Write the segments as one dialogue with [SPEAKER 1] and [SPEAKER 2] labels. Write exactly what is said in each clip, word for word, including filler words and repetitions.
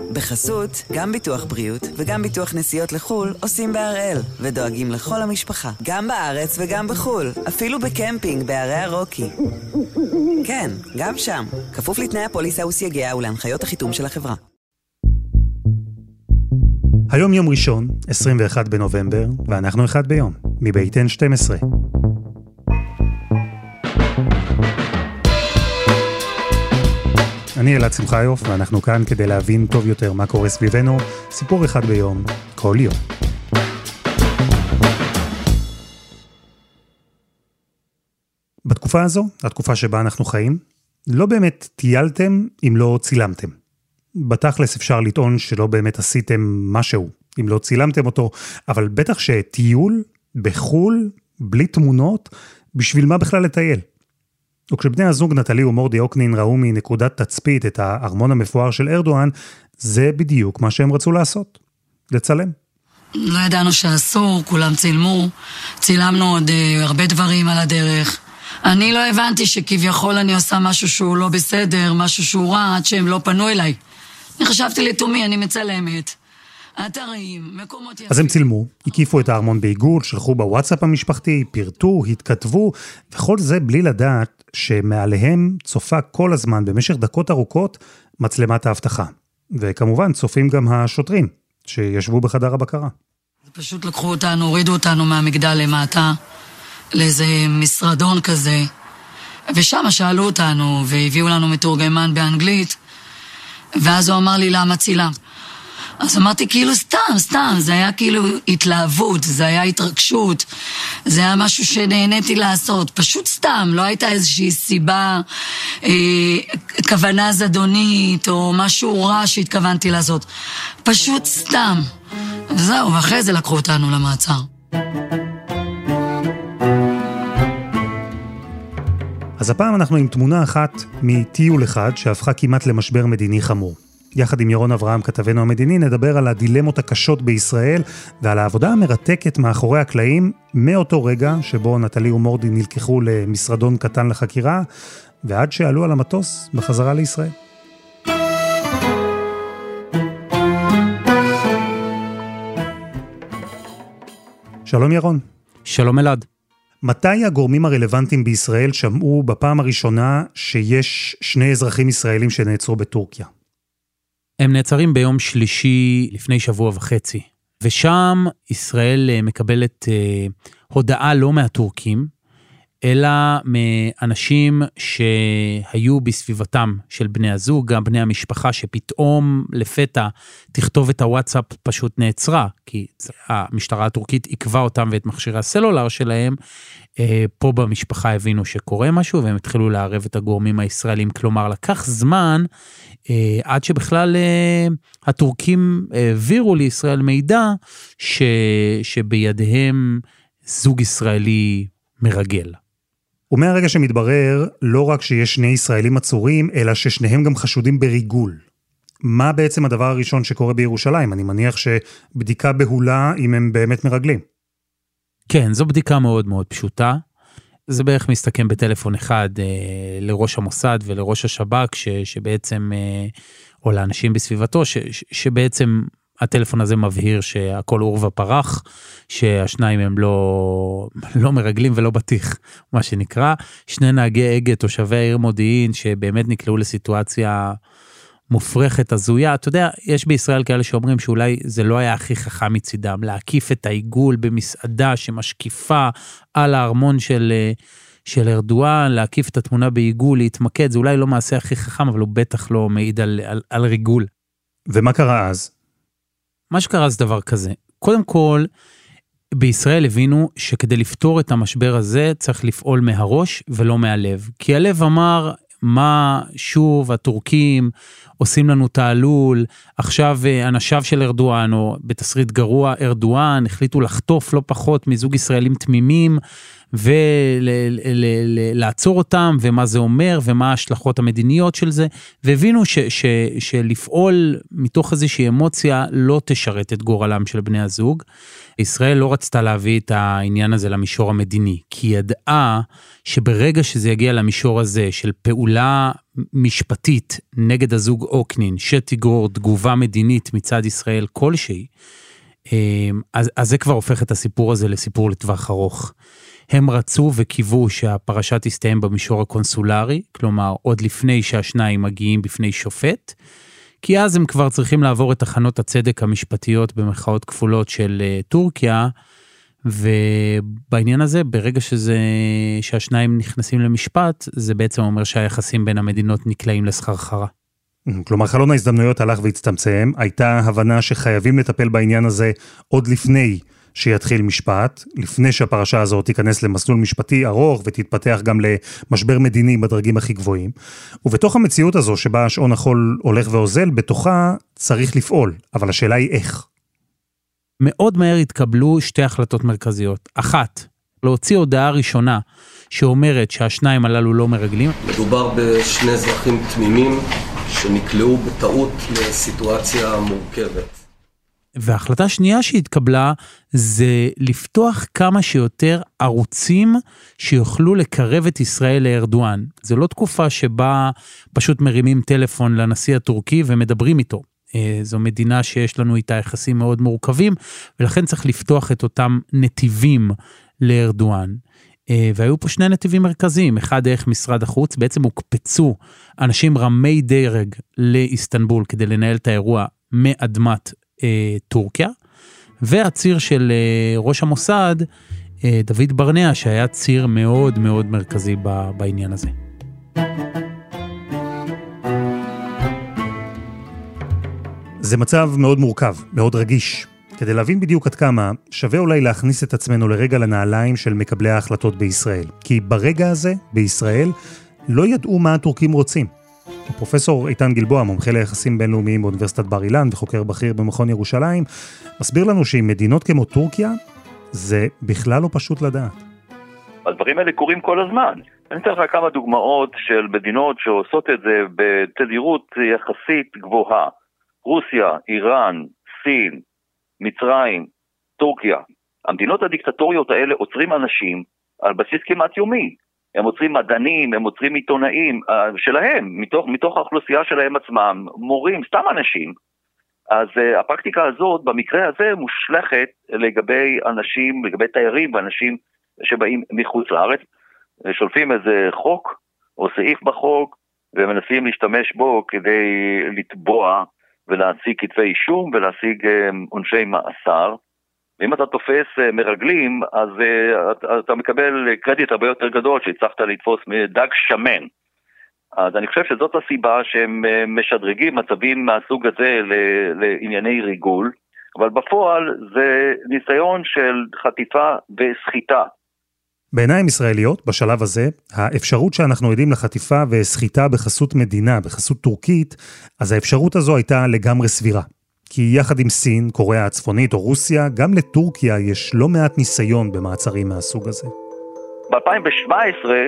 [SPEAKER 1] בחסות, גם ביטוח בריאות וגם ביטוח נסיעות לחול עושים בהראל, ודואגים לכל המשפחה, גם בארץ וגם בחול, אפילו בקמפינג בערי הרוקי. כן, גם שם, כפוף לתנאי הפוליסה וסייגיה ולהנחיות החיתום של החברה.
[SPEAKER 2] היום יום ראשון, עשרים ואחד בנובמבר, ואנחנו אחד ביום, מבית אן שתים עשרה. אני אלעד שמחיוף, ואנחנו כאן כדי להבין טוב יותר מה קורה סביבנו, סיפור אחד ביום, כל יום. בתקופה הזו, התקופה שבה אנחנו חיים, לא באמת טיילתם אם לא צילמתם. בתכלס אפשר לטעון שלא באמת עשיתם משהו, אם לא צילמתם אותו, אבל בטח שטיול בחול, בלי תמונות, בשביל מה בכלל לטייל? וכשבני הזוג נטלי ומורדי אוקנין ראו מנקודת תצפית את הארמון המפואר של ארדואן, זה בדיוק מה שהם רצו לעשות, לצלם.
[SPEAKER 3] לא ידענו שאסור, כולם צילמו, צילמנו עוד uh, הרבה דברים על הדרך. אני לא הבנתי שכביכול אני עושה משהו שהוא לא בסדר, משהו שהוא רע, עד שהם לא פנו אליי. אני חשבתי לתומי, אני מצלמת. אתרים, מקומות יפים.
[SPEAKER 2] אז הם צילמו, הקיפו את הארמון בעיגול, שלחו בוואטסאפ המשפחתי, פירטו, התכתבו, וכל זה בלי לדעת שמעליהם צופה כל הזמן במשך דקות ארוכות מצלמת האבטחה. וכמובן צופים גם השוטרים שישבו בחדר הבקרה.
[SPEAKER 3] פשוט לקחו אותנו, הורידו אותנו מהמגדל למטה, לאיזה משרדון כזה, ושם שאלו אותנו והביאו לנו מתורגמן באנגלית, ואז הוא אמר לי למה צילמת. אז אמרתי כאילו סתם, סתם, זה היה כאילו התלהבות, זה היה התרגשות, זה היה משהו שנהניתי לעשות, פשוט סתם, לא הייתה איזושהי סיבה, אה, כוונה זדונית או משהו רע שהתכוונתי לעשות, פשוט סתם. וזהו, ואחרי זה לקחו אותנו למעצר.
[SPEAKER 2] אז הפעם אנחנו עם תמונה אחת מטיול אחד שהפכה כמעט למשבר מדיני חמור. יחד עם ירון אברהם, כתבנו המדיני, נדבר על הדילמות הקשות בישראל ועל העבודה המרתקת מאחורי הקלעים מאותו רגע שבו נטלי ומורדי נלקחו למשרדון קטן לחקירה ועד שעלו על המטוס בחזרה לישראל. שלום ירון.
[SPEAKER 4] שלום אלעד.
[SPEAKER 2] מתי הגורמים הרלוונטיים בישראל שמעו בפעם הראשונה שיש שני אזרחים ישראלים שנעצרו בטורקיה?
[SPEAKER 4] הם נעצרים ביום שלישי לפני שבוע וחצי, ושם ישראל מקבלת אה, הודעה לא מהטורקים, אלא מאנשים שהיו בסביבתם של בני הזוג, גם בני המשפחה שפתאום לפתע תכתוב את הוואטסאפ פשוט נעצרה, כי המשטרה הטורקית עקבה אותם ואת מכשירי הסלולר שלהם, פה במשפחה הבינו שקורה משהו, והם התחילו לערב את הגורמים הישראלים, כלומר לקח זמן, עד שבכלל הטורקים העבירו לישראל מידע, ש, שבידיהם זוג ישראלי מרגל.
[SPEAKER 2] ומהרגע שמתברר, לא רק שיש שני ישראלים עצורים, אלא ששניהם גם חשודים בריגול. מה בעצם הדבר הראשון שקורה בירושלים? אני מניח שבדיקה בהולה אם הם באמת מרגלים.
[SPEAKER 4] כן, זו בדיקה מאוד מאוד פשוטה. זה בערך מסתכם בטלפון אחד אה, לראש המוסד ולראש השב"כ, ש, שבעצם, אה, או לאנשים בסביבתו, ש, ש, שבעצם הטלפון הזה מבהיר שהכל עור ופרח, שהשניים הם לא, לא מרגלים ולא בטיח, מה שנקרא. שני נהגי אגד, תושבי העיר מודיעין, שבאמת נקלעו לסיטואציה מופרכת, הזויה. אתה יודע, יש בישראל כאלה שאומרים שאולי זה לא היה הכי חכם מצידם, להקיף את העיגול במסעדה שמשקיפה על הארמון של, של ארדואן, להקיף את התמונה בעיגול, להתמקד, זה אולי לא מעשה הכי חכם, אבל הוא בטח לא מעיד על, על, על ריגול.
[SPEAKER 2] ומה קרה אז?
[SPEAKER 4] מה שקרה זה דבר כזה. קודם כל, בישראל הבינו שכדי לפתור את המשבר הזה, צריך לפעול מהראש ולא מהלב. כי הלב אמר, מה שוב הטורקים עושים לנו תעלול, עכשיו אנשיו של ארדואן, או בתסריט גרוע ארדואן, החליטו לחטוף לא פחות מזוג ישראלים תמימים, ולעצור אותם, ומה זה אומר, ומה ההשלכות המדיניות של זה, והבינו ש, ש, שלפעול מתוך איזושהי אמוציה, לא תשרת את גורלם של בני הזוג. ישראל לא רצתה להביא את העניין הזה למישור המדיני, כי ידעה שברגע שזה יגיע למישור הזה, של פעולה משפטית נגד הזוג אוקנין, שתגרור תגובה מדינית מצד ישראל כלשהי, אז, אז זה כבר הופך את הסיפור הזה לסיפור לטווח ארוך. הם רצו וקיוו שהפרשה תסתיים במישור הקונסולרי, כלומר עוד לפני שהשניים מגיעים בפני שופט, כי אז הם כבר צריכים לעבור את תחנות הצדק המשפטיות במחאות כפולות של טורקיה, ובעניין הזה, ברגע שזה, שהשניים נכנסים למשפט, זה בעצם אומר שהיחסים בין המדינות נקלעים לסחרחרה.
[SPEAKER 2] כלומר, חלון ההזדמנויות הלך והצטמצם, הייתה הבנה שחייבים לטפל בעניין הזה עוד לפני שיתחיל משפט, לפני שהפרשה הזאת תיכנס למסלול משפטי ארוך ותתפתח גם למשבר מדיני בדרגים הכי גבוהים. ובתוך המציאות הזו שבה שעון החול הולך ואוזל, בתוכה צריך לפעול, אבל השאלה היא איך.
[SPEAKER 4] מאוד מהר התקבלו שתי החלטות מרכזיות. אחת, להוציא הודעה ראשונה שאומרת שהשניים הללו לא מרגלים.
[SPEAKER 5] מדובר בשני אזרחים תמימים שנקלעו בטעות לסיטואציה מורכבת.
[SPEAKER 4] וההחלטה השנייה שהתקבלה זה לפתוח כמה שיותר ערוצים שיוכלו לקרב את ישראל לארדואן. זו לא תקופה שבה פשוט מרימים טלפון לנשיא הטורקי ומדברים איתו. זו מדינה שיש לנו איתה יחסים מאוד מורכבים, ולכן צריך לפתוח את אותם נתיבים לארדואן. והיו פה שני נתיבים מרכזיים, אחד דרך משרד החוץ, בעצם הוקפצו אנשים רמי דרג לאיסטנבול כדי לנהל את האירוע מאדמת אה, טורקיה, והציר של אה, ראש המוסד, אה, דוד ברנע, שהיה ציר מאוד מאוד מרכזי ב, בעניין הזה.
[SPEAKER 2] זה מצב מאוד מורכב, מאוד רגיש. כדי להבין בדיוק עד כמה, שווה אולי להכניס את עצמנו לרגע לנעליים של מקבלי ההחלטות בישראל. כי ברגע הזה, בישראל, לא ידעו מה הטורקים רוצים. הפרופסור איתן גלבוע, מומחה ליחסים בינלאומיים באוניברסיטת בר אילן וחוקר בכיר במכון ירושלים, מסביר לנו שעם מדינות כמו טורקיה, זה בכלל לא פשוט לדעת.
[SPEAKER 6] הדברים האלה קורים כל הזמן. אני אתן לך כמה דוגמאות של מדינות שעושות את זה בתדירות יחסית גבוהה. רוסיה, איראן, סין, מצרים, טורקיה. המדינות הדיקטטוריות האלה עוצרים אנשים על בסיס כמעט יומי. הם עוצרים מדענים, הם עוצרים עיתונאים שלהם, מתוך, מתוך האוכלוסייה שלהם עצמם, מורים, סתם אנשים. אז uh, הפרקטיקה הזאת, במקרה הזה, מושלכת לגבי אנשים, לגבי תיירים ואנשים שבאים מחוץ לארץ, שולפים איזה חוק או סעיף בחוק, ומנסים להשתמש בו כדי לתבוע ולהציג כתבי אישום ולהשיג עונשי מאסר. ואם אתה תופס מרגלים, אז אתה, אתה מקבל קרדיט הרבה יותר גדול שהצלחת לתפוס דג שמן. אז אני חושב שזאת הסיבה שהם משדרגים מצבים מהסוג הזה לענייני ריגול, אבל בפועל זה ניסיון של חטיפה וסחיטה.
[SPEAKER 2] בעיניים ישראליות, בשלב הזה, האפשרות שאנחנו עדים לחטיפה וסחיטה בחסות מדינה, בחסות טורקית, אז האפשרות הזו הייתה לגמרי סבירה. כי יחד עם סין, קוריאה הצפונית או רוסיה, גם לטורקיה יש לא מעט ניסיון במעצרים מהסוג הזה.
[SPEAKER 6] ב-אלפיים שבע עשרה,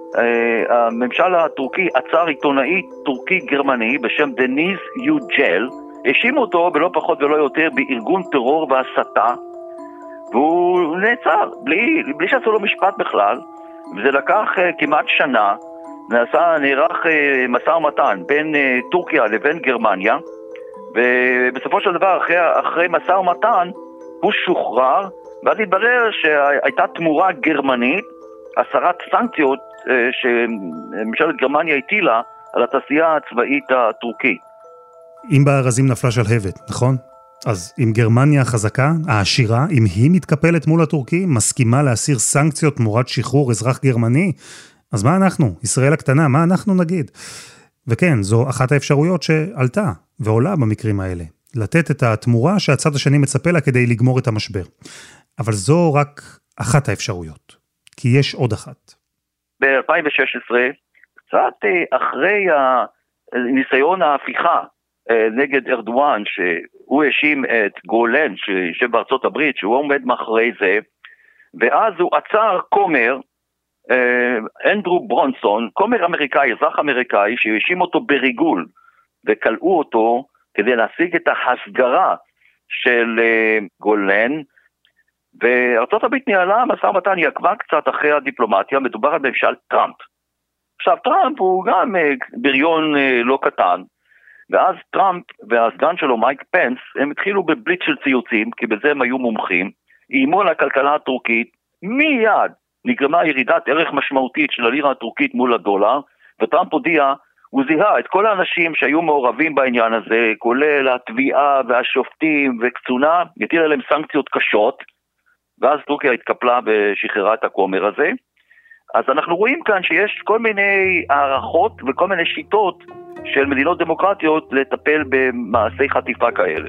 [SPEAKER 6] הממשל הטורקי עצר עיתונאי טורקי גרמני בשם דניז יוג'ל, האשים אותו בלא פחות ולא יותר בארגון טרור והסתה, והוא נעצר, בלי, בלי שעשו לו משפט בכלל, וזה לקח uh, כמעט שנה, נעשה, נערך uh, משא ומתן בין uh, טורקיה לבין גרמניה, ובסופו של דבר, אחרי, אחרי משא ומתן, הוא שוחרר, ואז התברר שהייתה תמורה גרמנית, הסרת סנקציות uh, שממשלת גרמניה הטילה על התעשייה הצבאית הטורקית.
[SPEAKER 2] אם בארזים נפלה שלהבת, נכון? אז אם גרמניה החזקה, העשירה, אם היא מתקפלת מול הטורקים, מסכימה להסיר סנקציות תמורת שחרור אזרח גרמני, אז מה אנחנו, ישראל הקטנה, מה אנחנו נגיד? וכן, זו אחת האפשרויות שעלתה ועולה במקרים האלה. לתת את התמורה שהצד השני מצפה לה כדי לגמור את המשבר. אבל זו רק אחת האפשרויות, כי יש עוד אחת.
[SPEAKER 6] ב-אלפיים שש עשרה, קצת אחרי ניסיון ההפיכה, נגד ארדואן, שהוא האשים את גולן שישב בארצות הברית, שהוא עומד מאחורי זה, ואז הוא עצר כומר, אנדרו ברונסון, כומר אמריקאי, אזרח אמריקאי, שהאשים אותו בריגול, וקלעו אותו כדי להשיג את ההסגרה של גולן, וארצות הברית ניהלה משא ומתן, היא עקבה קצת אחרי הדיפלומטיה, מדובר על ממשל טראמפ. עכשיו, טראמפ הוא גם בריון לא קטן, ואז טראמפ והסגן שלו, מייק פנס, הם התחילו בבליץ של ציוצים, כי בזה הם היו מומחים, איימו על הכלכלה הטורקית, מיד נגרמה ירידת ערך משמעותית של הלירה הטורקית מול הדולר, וטראמפ הודיע, הוא זיהה את כל האנשים שהיו מעורבים בעניין הזה, כולל התביעה והשופטים וקצונה, יטיל עליהם סנקציות קשות, ואז טורקיה התקפלה ושחררה את הכומר הזה. אז אנחנו רואים כאן שיש כל מיני הערכות וכל מיני שיטות של מדינות דמוקרטיות לטפל במעשי חטיפה כאלה.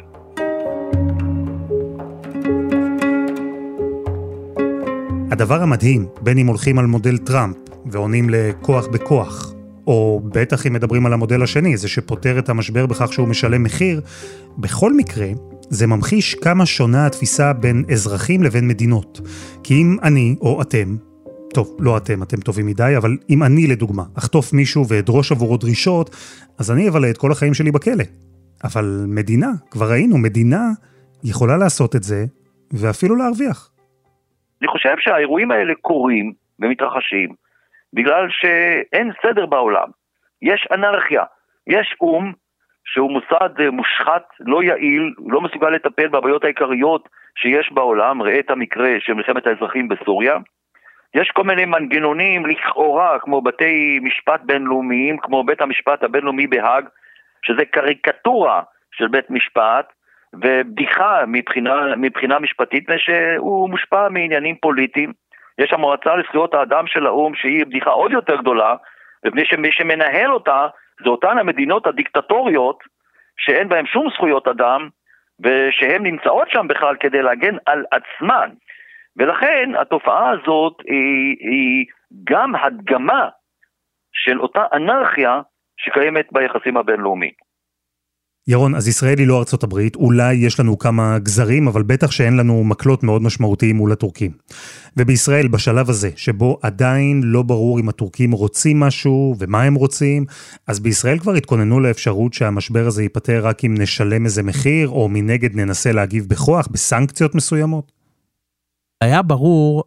[SPEAKER 2] הדבר המדהים, בין אם הולכים על מודל טראמפ ועונים לכוח בכוח, או בטח אם מדברים על המודל השני, זה שפותר את המשבר בכך שהוא משלם מחיר, בכל מקרה זה ממחיש כמה שונה התפיסה בין אזרחים לבין מדינות. כי אם אני או אתם, טוב, לא אתם, אתם טובים מדי, אבל אם אני לדוגמה אחטוף מישהו ואדרוש עבורו דרישות, אז אני אבלה את כל החיים שלי בכלא. אבל מדינה, כבר ראינו, מדינה יכולה לעשות את זה ואפילו להרוויח.
[SPEAKER 6] אני חושב שהאירועים האלה קורים ומתרחשים בגלל שאין סדר בעולם. יש אנרכיה, יש אום שהוא מוסד מושחת, לא יעיל, לא מסוגל לטפל בבעיות העיקריות שיש בעולם, ראה את המקרה של מלחמת האזרחים בסוריה. יש כל מיני מנגנונים לכאורה, כמו בתי משפט בינלאומיים, כמו בית המשפט הבינלאומי בהאג, שזה קריקטורה של בית משפט, ובדיחה מבחינה, מבחינה משפטית, שהוא מושפע מעניינים פוליטיים. יש המועצה לזכויות האדם של האום, שהיא בדיחה עוד יותר גדולה, ומי שמי שמנהל אותה, זה אותן המדינות הדיקטטוריות, שאין בהן שום זכויות אדם, ושהן נמצאות שם בכלל כדי להגן על עצמן. ולכן התופעה הזאת היא, היא גם הדגמה של אותה אנרכיה שקיימת ביחסים הבינלאומיים.
[SPEAKER 2] ירון, אז ישראל היא לא ארצות הברית, אולי יש לנו כמה גזרים, אבל בטח שאין לנו מקלות מאוד משמעותיים מול הטורקים. ובישראל בשלב הזה, שבו עדיין לא ברור אם הטורקים רוצים משהו ומה הם רוצים, אז בישראל כבר התכוננו לאפשרות שהמשבר הזה ייפטר רק אם נשלם איזה מחיר, או מנגד ננסה להגיב בכוח, בסנקציות מסוימות?
[SPEAKER 4] היה ברור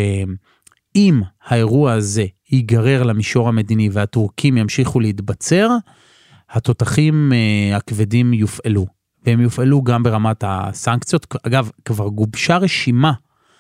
[SPEAKER 4] שאם האירוע הזה ייגרר למישור המדיני והטורקים ימשיכו להתבצר, התותחים הכבדים יופעלו, והם יופעלו גם ברמת הסנקציות. אגב, כבר גובשה רשימה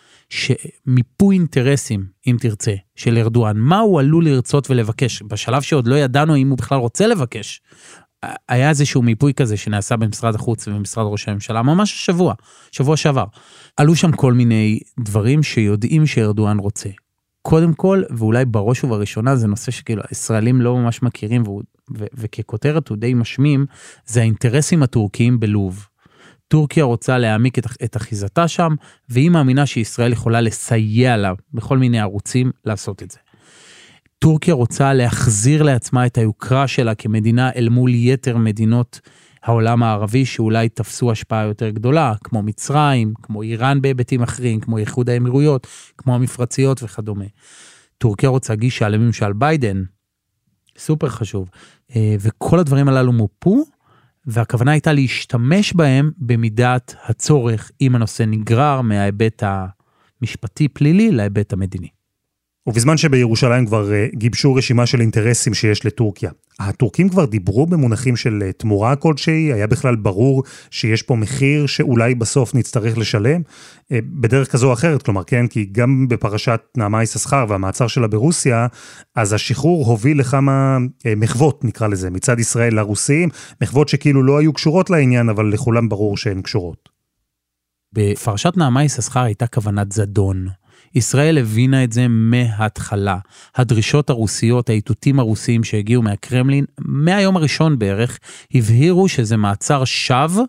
[SPEAKER 4] שמיפוי אינטרסים, אם תרצה, של ארדואן, מה הוא עלול לרצות ולבקש, בשלב שעוד לא ידענו אם הוא בכלל רוצה לבקש. היה איזשהו מיפוי כזה שנעשה במשרד החוץ ובמשרד ראש הממשלה, ממש שבוע, שבוע שעבר. עלו שם כל מיני דברים שיודעים שארדואן רוצה. קודם כל, ואולי בראש ובראשונה, זה נושא שכאילו, הישראלים לא ממש מכירים, ו- ו- וככותרת הוא די משמים, זה האינטרסים הטורקיים בלוב. טורקיה רוצה להעמיק את, את אחיזתה שם, והיא מאמינה שישראל יכולה לסייע לה, בכל מיני ערוצים, לעשות את זה. טורקיה רוצה להחזיר לעצמה את היוקרה שלה, כמדינה אל מול יתר מדינות העולם הערבי, שאולי תפסו השפעה יותר גדולה, כמו מצרים, כמו איראן בהיבטים אחרים, כמו איחוד האמירויות, כמו המפרציות וכדומה. טורקיה רוצה גישה לממשל ביידן, סופר חשוב, וכל הדברים הללו מופו, והכוונה הייתה להשתמש בהם במידת הצורך, אם הנושא נגרר מההיבט המשפטי פלילי להיבט המדיני.
[SPEAKER 2] ובזמן שבירושלים כבר גיבשו רשימה של אינטרסים שיש לטורקיה. הטורקים כבר דיברו במונחים של תמורה כלשהי, היה בכלל ברור שיש פה מחיר שאולי בסוף נצטרך לשלם, בדרך כזו או אחרת, כלומר כן, כי גם בפרשת נעמה יששכר והמעצר שלה ברוסיה, אז השחרור הוביל לכמה מחוות, נקרא לזה, מצד ישראל לרוסים, מחוות שכאילו לא היו קשורות לעניין, אבל לכולם ברור שהן קשורות.
[SPEAKER 4] בפרשת נעמה יששכר הייתה כוונת זדון. ישראל הבינה את זה מההתחלה. הדרישות הרוסיות, האיתותים הרוסיים שהגיעו מהקרמלין, מהיום הראשון בערך, הבהירו שזה מעצר שווא,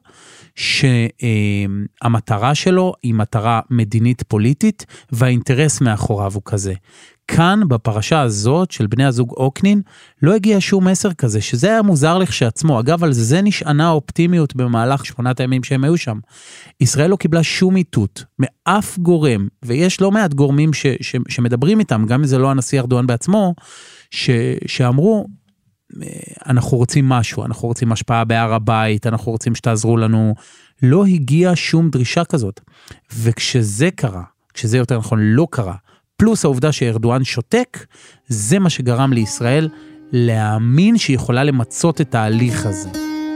[SPEAKER 4] שהמטרה שלו היא מטרה מדינית פוליטית, והאינטרס מאחוריו הוא כזה. כאן, בפרשה הזאת של בני הזוג אוקנין, לא הגיע שום מסר כזה, שזה היה מוזר לכשעצמו. אגב, על זה נשענה האופטימיות במהלך שמונת הימים שהם היו שם. ישראל לא קיבלה שום איתות, מאף גורם, ויש לא מעט גורמים ש, ש, שמדברים איתם, גם אם זה לא הנשיא ארדואן בעצמו, ש, שאמרו, אנחנו רוצים משהו, אנחנו רוצים השפעה בהר הבית, אנחנו רוצים שתעזרו לנו. לא הגיעה שום דרישה כזאת. וכשזה קרה, כשזה יותר נכון לא קרה, פלוס העובדה שארדואן שותק, זה מה שגרם לישראל להאמין שהיא יכולה למצות את ההליך הזה.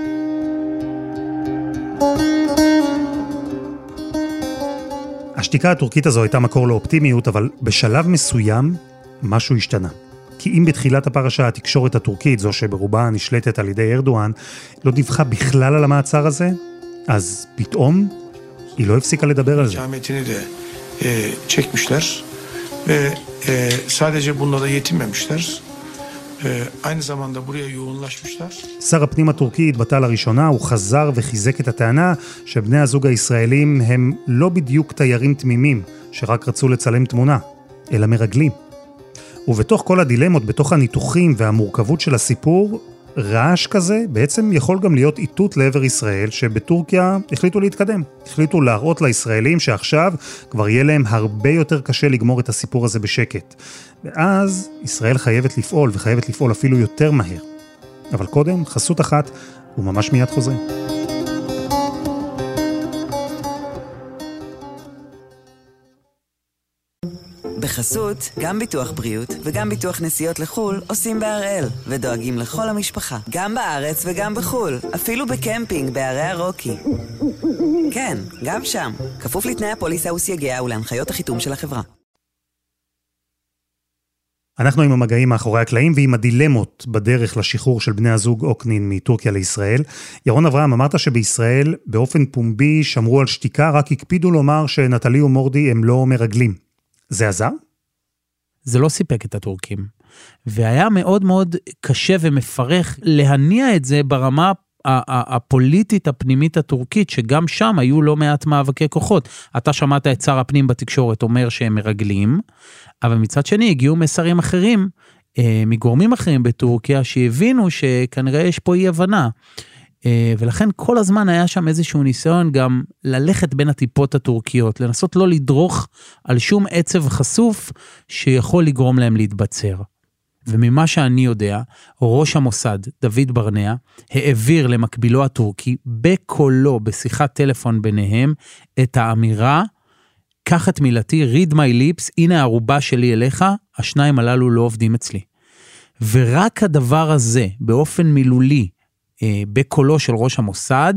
[SPEAKER 2] השתיקה הטורקית הזו הייתה מקור לאופטימיות, אבל בשלב מסוים משהו השתנה. כי אם בתחילת הפרשה התקשורת הטורקית, זו שברובה נשלטת על ידי ארדואן, לא דיווחה בכלל על המעצר הזה, אז פתאום היא לא הפסיקה לדבר על זה.
[SPEAKER 7] çekmişler ve sadece bununla da yetinmemişler. aynı zamanda buraya yoğunlaşmışlar.
[SPEAKER 2] שר הפנים הטורקי התבטא לראשונה, הוא חזר וחיזק את הטענה שבני הזוג הישראלים הם לא בדיוק תיירים תמימים שרק רצו לצלם תמונה, אלא מרגלים. ובתוך כל הדילמות, בתוך הניתוחים והמורכבות של הסיפור, רעש כזה בעצם יכול גם להיות איתות לעבר ישראל, שבטורקיה החליטו להתקדם. החליטו להראות לישראלים שעכשיו כבר יהיה להם הרבה יותר קשה לגמור את הסיפור הזה בשקט. ואז ישראל חייבת לפעול, וחייבת לפעול אפילו יותר מהר. אבל קודם, חסות אחת, וממש מיד חוזרים.
[SPEAKER 1] בחסות, גם ביטוח בריאות וגם ביטוח נסיעות לחול עושים בהראל ודואגים לכל המשפחה, גם בארץ וגם בחול, אפילו בקמפינג בערי הרוקי. כן, גם שם, כפוף לתנאי הפוליסה וסייגיה ולהנחיות החיתום של החברה.
[SPEAKER 2] אנחנו עם המגעים מאחורי הקלעים ועם הדילמות בדרך לשחרור של בני הזוג אוקנין מטורקיה לישראל. ירון אברהם, אמרת שבישראל באופן פומבי שמרו על שתיקה, רק הקפידו לומר שנטלי ומורדי הם לא מרגלים. זה עזר?
[SPEAKER 4] זה לא סיפק את הטורקים. והיה מאוד מאוד קשה ומפרך להניע את זה ברמה הפוליטית הפנימית הטורקית, שגם שם היו לא מעט מאבקי כוחות. אתה שמעת את שר הפנים בתקשורת אומר שהם מרגלים, אבל מצד שני הגיעו מסרים אחרים, מגורמים אחרים בטורקיה, שהבינו שכנראה יש פה אי הבנה. ולכן כל הזמן היה שם איזשהו ניסיון גם ללכת בין הטיפות הטורקיות, לנסות לא לדרוך על שום עצב חשוף שיכול לגרום להם להתבצר. וממה שאני יודע, ראש המוסד, דוד ברנע, העביר למקבילו הטורקי, בקולו, בשיחת טלפון ביניהם, את האמירה, קח את מילתי, read my lips, הנה הערובה שלי אליך, השניים הללו לא עובדים אצלי. ורק הדבר הזה, באופן מילולי, בקולו של ראש המוסד,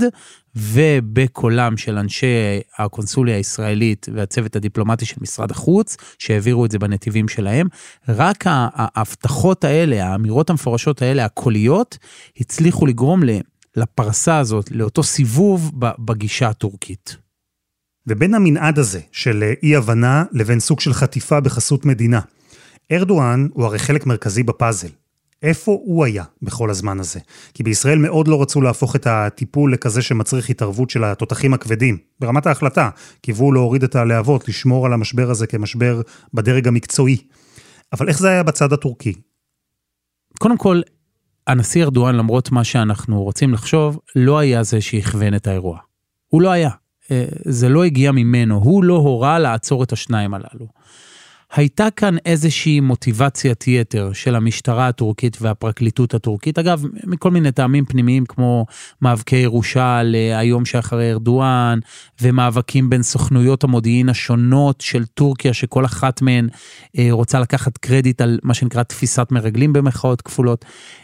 [SPEAKER 4] ובקולם של אנשי הקונסוליה הישראלית והצוות הדיפלומטי של משרד החוץ, שהעבירו את זה בנתיבים שלהם, רק ההבטחות האלה, האמירות המפורשות האלה, הקוליות, הצליחו לגרום לפרסה הזאת, לאותו סיבוב בגישה הטורקית.
[SPEAKER 2] ובין המנעד הזה של אי הבנה לבין סוג של חטיפה בחסות מדינה, ארדואן הוא הרי חלק מרכזי בפאזל. איפה הוא היה בכל הזמן הזה? כי בישראל מאוד לא רצו להפוך את הטיפול לכזה שמצריך התערבות של התותחים הכבדים. ברמת ההחלטה, קיוו להוריד את הלהבות, לשמור על המשבר הזה כמשבר בדרג המקצועי. אבל איך זה היה בצד הטורקי?
[SPEAKER 4] קודם כל, הנשיא ארדואן, למרות מה שאנחנו רוצים לחשוב, לא היה זה שהכוון את האירוע. הוא לא היה. זה לא הגיע ממנו. הוא לא הורה לעצור את השניים הללו. הייתה כאן איזושהי מוטיבציית יתר של המשטרה הטורקית והפרקליטות הטורקית, אגב, מכל מיני טעמים פנימיים כמו מאבקי ירושה היום שאחרי ארדואן, ומאבקים בין סוכנויות המודיעין השונות של טורקיה, שכל אחת מהן רוצה לקחת קרדיט על מה שנקרא תפיסת מרגלים במחאות כפולות.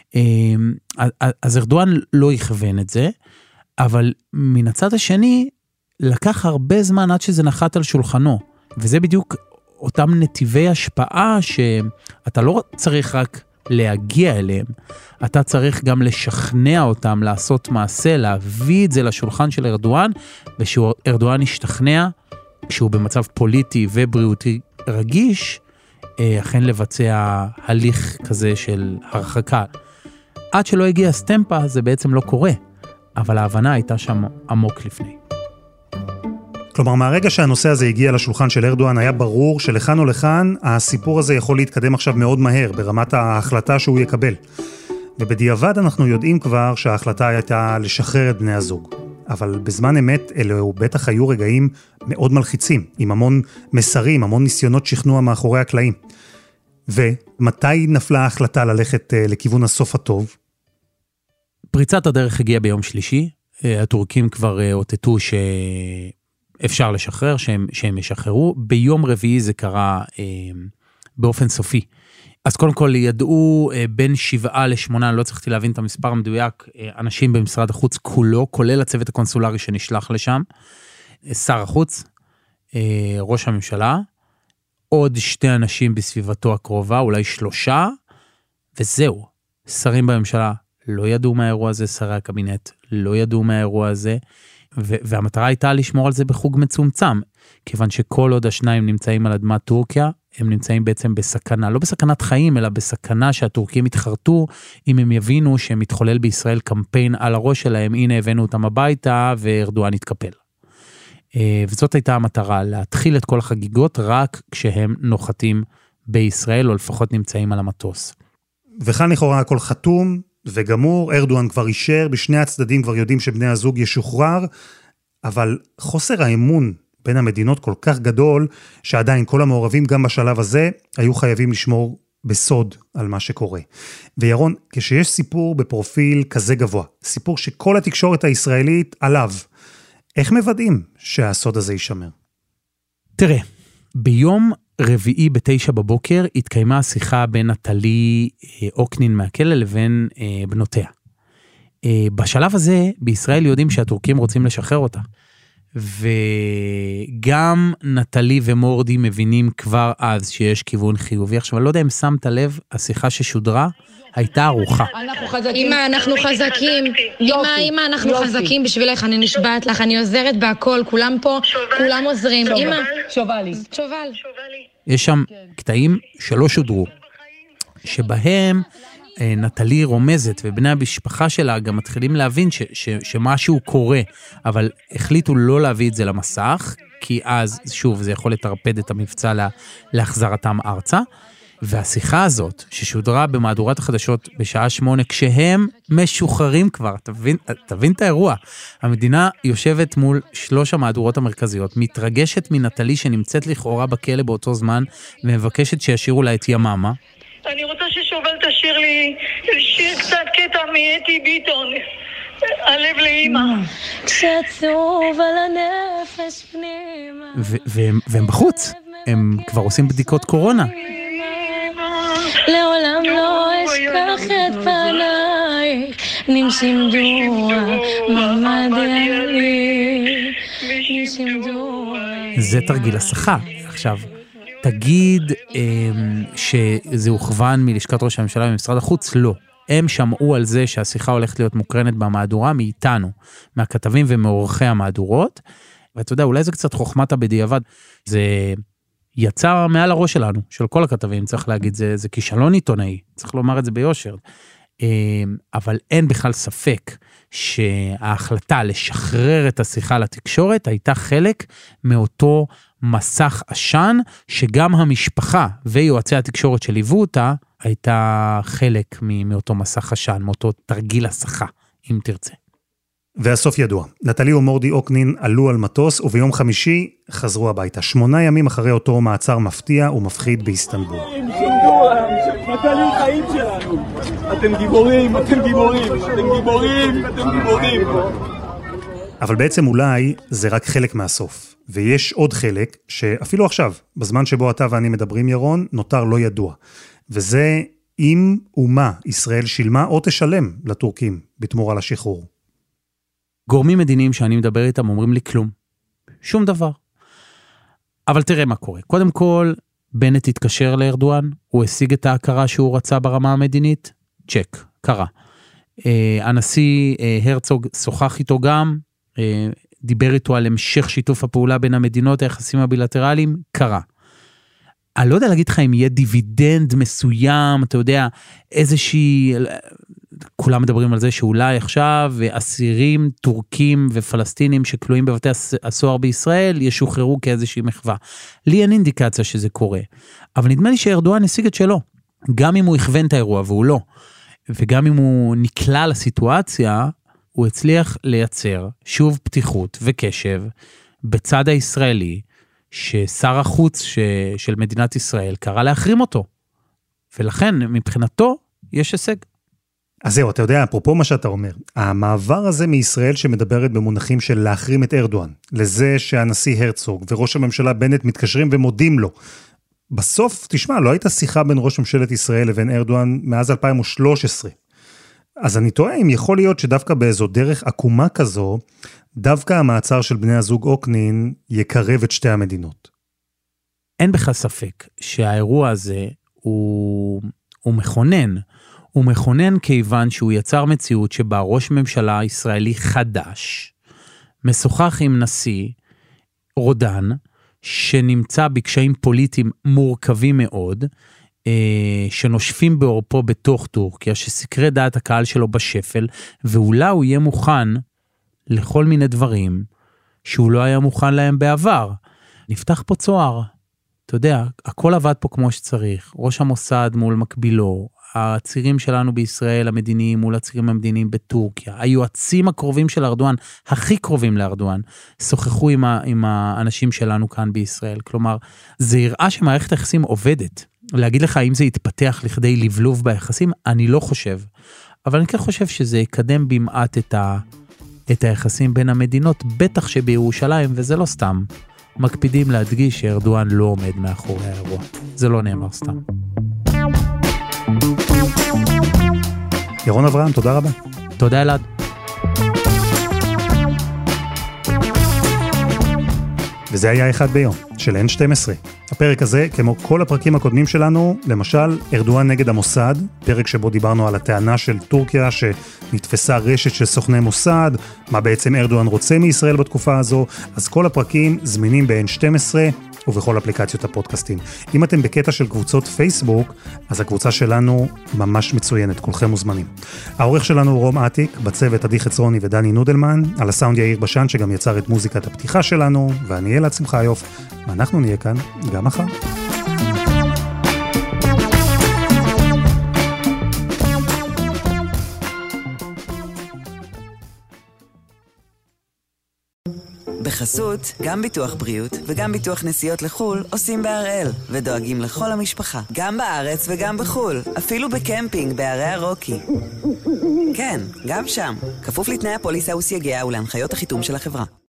[SPEAKER 4] אז ארדואן לא יכוון את זה, אבל מן הצד השני, לקח הרבה זמן עד שזה נחת על שולחנו, וזה בדיוק אותם נתיבי השפעה שאתה לא צריך רק להגיע אליהם, אתה צריך גם לשכנע אותם לעשות מעשה, להביא את זה לשולחן של ארדואן, ושארדואן ישתכנע, כשהוא במצב פוליטי ובריאותי רגיש, אכן לבצע הליך כזה של הרחקה. עד שלא הגיע סטמפה זה בעצם לא קורה, אבל ההבנה הייתה שם עמוק לפני.
[SPEAKER 2] כלומר, מהרגע שהנושא הזה הגיע לשולחן של ארדואן, היה ברור שלכאן או לכאן, הסיפור הזה יכול להתקדם עכשיו מאוד מהר, ברמת ההחלטה שהוא יקבל. ובדיעבד אנחנו יודעים כבר שההחלטה הייתה לשחרר את בני הזוג. אבל בזמן אמת, אלו בטח היו רגעים מאוד מלחיצים, עם המון מסרים, המון ניסיונות שכנוע מאחורי הקלעים. ומתי נפלה ההחלטה ללכת לכיוון הסוף הטוב?
[SPEAKER 4] פריצת הדרך הגיעה ביום שלישי, הטורקים כבר אותתו ש... אפשר לשחרר, שהם, שהם ישחררו. ביום רביעי זה קרה אה, באופן סופי. אז קודם כל ידעו אה, בין שבעה לשמונה, אני לא צריכתי להבין את המספר המדויק, אה, אנשים במשרד החוץ כולו, כולל הצוות הקונסולרי שנשלח לשם, אה, שר החוץ, אה, ראש הממשלה, עוד שתי אנשים בסביבתו הקרובה, אולי שלושה, וזהו. שרים בממשלה לא ידעו מהאירוע הזה, שרי הקבינט לא ידעו מהאירוע הזה, ו- והמטרה הייתה לשמור על זה בחוג מצומצם, כיוון שכל עוד השניים נמצאים על אדמת טורקיה, הם נמצאים בעצם בסכנה, לא בסכנת חיים, אלא בסכנה שהטורקים יתחרטו, אם הם יבינו שהם מתחולל בישראל קמפיין על הראש שלהם, הנה הבאנו אותם הביתה, וארדואן יתקפל. וזאת הייתה המטרה, להתחיל את כל החגיגות רק כשהם נוחתים בישראל, או לפחות נמצאים על המטוס.
[SPEAKER 2] וכאן לכאורה הכל חתום וגמור, ארדואן כבר אישר, בשני הצדדים כבר יודעים שבני הזוג ישוחרר, אבל חוסר האמון בין המדינות כל כך גדול, שעדיין כל המעורבים גם בשלב הזה, היו חייבים לשמור בסוד על מה שקורה. וירון, כשיש סיפור בפרופיל כזה גבוה, סיפור שכל התקשורת הישראלית עליו, איך מוודאים שהסוד הזה יישמר?
[SPEAKER 4] תראה, ביום רביעי בתשע בבוקר התקיימה השיחה בין נטלי אוקנין מהכלא לבין אה, בנותיה. אה, בשלב הזה בישראל יודעים שהטורקים רוצים לשחרר אותה. וגם נטלי ומורדי מבינים כבר אז שיש כיוון חיובי. עכשיו, אני לא יודע אם שמת לב, השיחה ששודרה הייתה ארוחה.
[SPEAKER 8] אמא, אנחנו חזקים. אמא, אמא, אנחנו חזקים בשבילך, אני נשבעת לך, אני עוזרת בהכל, כולם פה, כולם עוזרים. אמא,
[SPEAKER 3] שובל.
[SPEAKER 8] שובל.
[SPEAKER 4] יש שם קטעים שלא שודרו, שבהם נטלי רומזת, ובני המשפחה שלה גם מתחילים להבין ש, ש, שמשהו קורה, אבל החליטו לא להביא את זה למסך, כי אז, שוב, זה יכול לטרפד את המבצע לה, להחזרתם ארצה, והשיחה הזאת, ששודרה במהדורת החדשות בשעה שמונה, כשהם משוחררים כבר, תבין, תבין את האירוע, המדינה יושבת מול שלוש המהדורות המרכזיות, מתרגשת מנטלי שנמצאת לכאורה בכלא באותו זמן, ומבקשת שישירו לה את יממה,
[SPEAKER 9] אני רוצה ששובל תשאיר לי שיר קצת קטע מאתי ביטון, הלב לאמא.
[SPEAKER 8] כשעצוב על הנפש פנימה.
[SPEAKER 4] והם בחוץ, הם כבר עושים בדיקות קורונה.
[SPEAKER 8] לעולם לא אשכח את פנייך, נמשים דוע, ממדי עלי, נמשים דוע.
[SPEAKER 4] זה תרגיל השכה. עכשיו, תגיד שזה הוכוון מלשכת ראש הממשלה במשרד החוץ? לא. הם שמעו על זה שהשיחה הולכת להיות מוקרנת במהדורה מאיתנו, מהכתבים ומעורכי המהדורות, ואתה יודע, אולי זה קצת חוכמת הבדיעבד, זה יצא מעל הראש שלנו, של כל הכתבים, צריך להגיד, זה, זה כישלון עיתונאי, צריך לומר את זה ביושר, אבל אין בכלל ספק שההחלטה לשחרר את השיחה לתקשורת, הייתה חלק מאותו מסך עשן, שגם המשפחה ויועצי התקשורת שליוו אותה, הייתה חלק מאותו מסך עשן, מאותו תרגיל השכה, אם תרצה.
[SPEAKER 2] והסוף ידוע, נטלי ומורדי אוקנין עלו על מטוס, וביום חמישי חזרו הביתה, שמונה ימים אחרי אותו מעצר מפתיע ומפחיד באיסטנבול.
[SPEAKER 10] נטלי, חיים שלנו, אתם גיבורים, אתם גיבורים, אתם גיבורים, אתם גיבורים.
[SPEAKER 2] אבל בעצם אולי זה רק חלק מהסוף, ויש עוד חלק שאפילו עכשיו, בזמן שבו אתה ואני מדברים ירון, נותר לא ידוע, וזה אם ומה ישראל שילמה או תשלם לטורקים בתמורה לשחרור.
[SPEAKER 4] גורמים מדיניים שאני מדבר איתם אומרים לי כלום, שום דבר. אבל תראה מה קורה, קודם כל, בנט התקשר לארדואן, הוא השיג את ההכרה שהוא רצה ברמה המדינית, צ'ק, קרה. הנשיא הרצוג שוחח איתו גם, דיבר איתו על המשך שיתוף הפעולה בין המדינות, היחסים הבילטרליים, קרה. אני לא יודע להגיד לך אם יהיה דיבידנד מסוים, אתה יודע, איזושהי, כולם מדברים על זה שאולי עכשיו אסירים טורקים ופלסטינים שכלואים בבתי הסוהר בישראל ישוחררו כאיזושהי מחווה. לי אין אינדיקציה שזה קורה, אבל נדמה לי שארדואן השיג את שלו, גם אם הוא הכוון את האירוע והוא לא, וגם אם הוא נקלע לסיטואציה, הוא הצליח לייצר שוב פתיחות וקשב בצד הישראלי, ששר החוץ ש... של מדינת ישראל קרא להחרים אותו. ולכן מבחינתו יש הישג.
[SPEAKER 2] אז זהו, אתה יודע, אפרופו מה שאתה אומר, המעבר הזה מישראל שמדברת במונחים של להחרים את ארדואן, לזה שהנשיא הרצוג וראש הממשלה בנט מתקשרים ומודים לו, בסוף, תשמע, לא הייתה שיחה בין ראש ממשלת ישראל לבין ארדואן מאז אלפיים ושלוש עשרה. אז אני טועה אם יכול להיות שדווקא באיזו דרך עקומה כזו, דווקא המעצר של בני הזוג אוקנין יקרב את שתי המדינות.
[SPEAKER 4] אין בכלל ספק שהאירוע הזה הוא, הוא מכונן. הוא מכונן כיוון שהוא יצר מציאות שבה ראש ממשלה ישראלי חדש, משוחח עם נשיא רודן, שנמצא בקשיים פוליטיים מורכבים מאוד, שנושפים בעורפו בתוך טורקיה, שסקרי דעת הקהל שלו בשפל, ואולי הוא יהיה מוכן לכל מיני דברים שהוא לא היה מוכן להם בעבר. נפתח פה צוהר. אתה יודע, הכל עבד פה כמו שצריך. ראש המוסד מול מקבילו, הצירים שלנו בישראל המדיניים מול הצירים המדיניים בטורקיה, היועצים הקרובים של ארדואן, הכי קרובים לארדואן, שוחחו עם, ה, עם האנשים שלנו כאן בישראל. כלומר, זה יראה שמערכת היחסים עובדת. להגיד לך אם זה יתפתח לכדי לבלוב ביחסים, אני לא חושב. אבל אני כן חושב שזה יקדם במעט את, ה, את היחסים בין המדינות, בטח שבירושלים, וזה לא סתם. מקפידים להדגיש שארדואן לא עומד מאחורי האירוע. זה לא נאמר סתם.
[SPEAKER 2] ירון אברהם, תודה רבה.
[SPEAKER 4] תודה אלעד.
[SPEAKER 2] וזה היה אחד ביום, של אן שתים עשרה. הפרק הזה, כמו כל הפרקים הקודמים שלנו, למשל, ארדואן נגד המוסד, פרק שבו דיברנו על הטענה של טורקיה שנתפסה רשת של סוכני מוסד, מה בעצם ארדואן רוצה מישראל בתקופה הזו, אז כל הפרקים זמינים ב-אן שתים עשרה ובכל אפליקציות הפודקאסטים. אם אתם בקטע של קבוצות פייסבוק, אז הקבוצה שלנו ממש מצוינת, כולכם מוזמנים. העורך שלנו הוא רום עתיק, בצוות עדי חצרוני ודני נודלמן, על הסאונד יאיר בשן שגם יצר את מוזיקת הפתיחה שלנו, ואני אלעד שמחיוף, ואנחנו נהיה כאן גם מחר.
[SPEAKER 1] בחסות, גם ביטוח בריאות וגם ביטוח נסיעות לחול עושים בהראל, ודואגים לכל המשפחה, גם בארץ וגם בחול, אפילו בקמפינג בערי הרוקי. כן, גם שם, כפוף לתנאי הפוליסה וסייגיה ולהנחיות החיתום של החברה.